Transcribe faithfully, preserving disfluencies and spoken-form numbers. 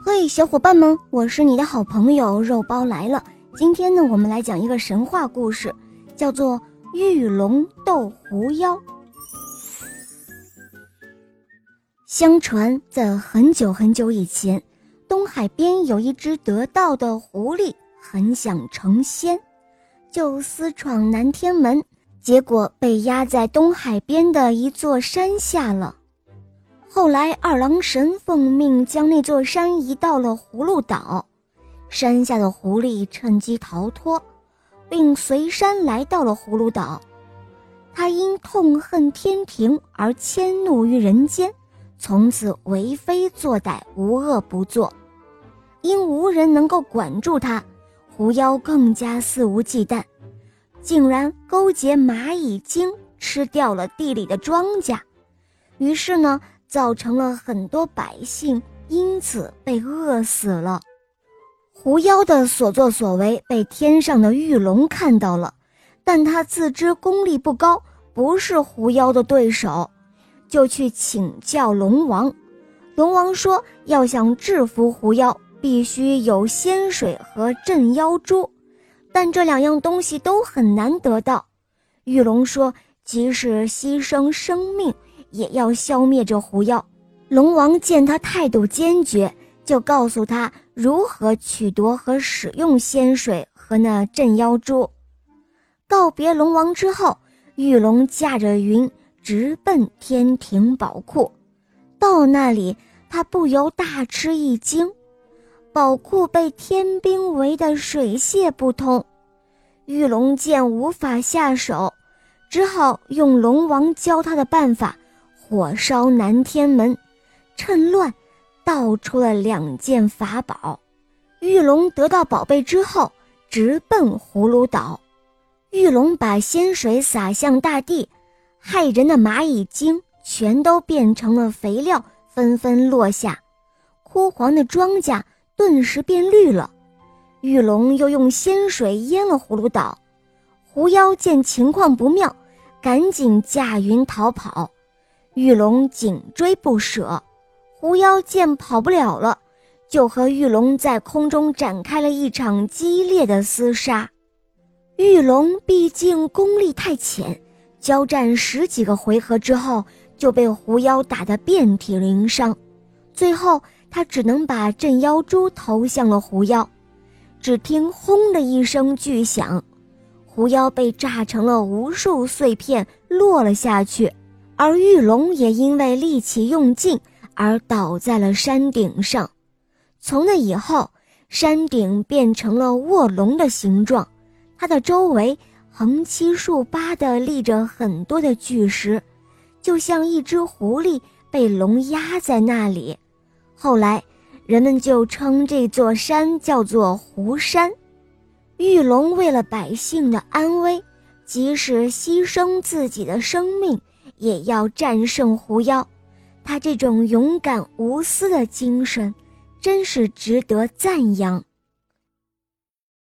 嘿，小伙伴们，我是你的好朋友肉包来了。今天呢，我们来讲一个神话故事，叫做玉龙斗狐妖。相传在很久很久以前，东海边有一只得道的狐狸，很想成仙，就私闯南天门，结果被压在东海边的一座山下了。后来二郎神奉命将那座山移到了葫芦岛，山下的狐狸趁机逃脱，并随山来到了葫芦岛。他因痛恨天庭而迁怒于人间，从此为非作歹，无恶不作。因无人能够管住他，狐妖更加肆无忌惮，竟然勾结蚂蚁精吃掉了地里的庄稼。于是呢，造成了很多百姓因此被饿死了。狐妖的所作所为被天上的玉龙看到了，但他自知功力不高，不是狐妖的对手，就去请教龙王。龙王说，要想制服狐妖，必须有仙水和镇妖珠，但这两样东西都很难得到。玉龙说，即使牺牲生命，也要消灭这狐妖。龙王见他态度坚决，就告诉他如何取夺和使用仙水和那镇妖珠。告别龙王之后，玉龙驾着云直奔天庭宝库。到那里，他不由大吃一惊，宝库被天兵围得水泄不通。玉龙见无法下手，只好用龙王教他的办法，火烧南天门，趁乱盗出了两件法宝。玉龙得到宝贝之后，直奔葫芦岛。玉龙把仙水洒向大地，害人的蚂蚁精全都变成了肥料，纷纷落下，枯黄的庄稼顿时变绿了。玉龙又用仙水淹了葫芦岛。狐妖见情况不妙，赶紧驾云逃跑。玉龙紧追不舍，狐妖见跑不了了，就和玉龙在空中展开了一场激烈的厮杀。玉龙毕竟功力太浅，交战十几个回合之后，就被狐妖打得遍体鳞伤。最后他只能把镇妖珠投向了狐妖。只听轰的一声巨响，狐妖被炸成了无数碎片，落了下去。而玉龙也因为力气用尽而倒在了山顶上。从那以后，山顶变成了卧龙的形状，它的周围横七竖八地立着很多的巨石，就像一只狐狸被龙压在那里。后来人们就称这座山叫做狐山。玉龙为了百姓的安危，即使牺牲自己的生命，也要战胜狐妖。他这种勇敢无私的精神，真是值得赞扬。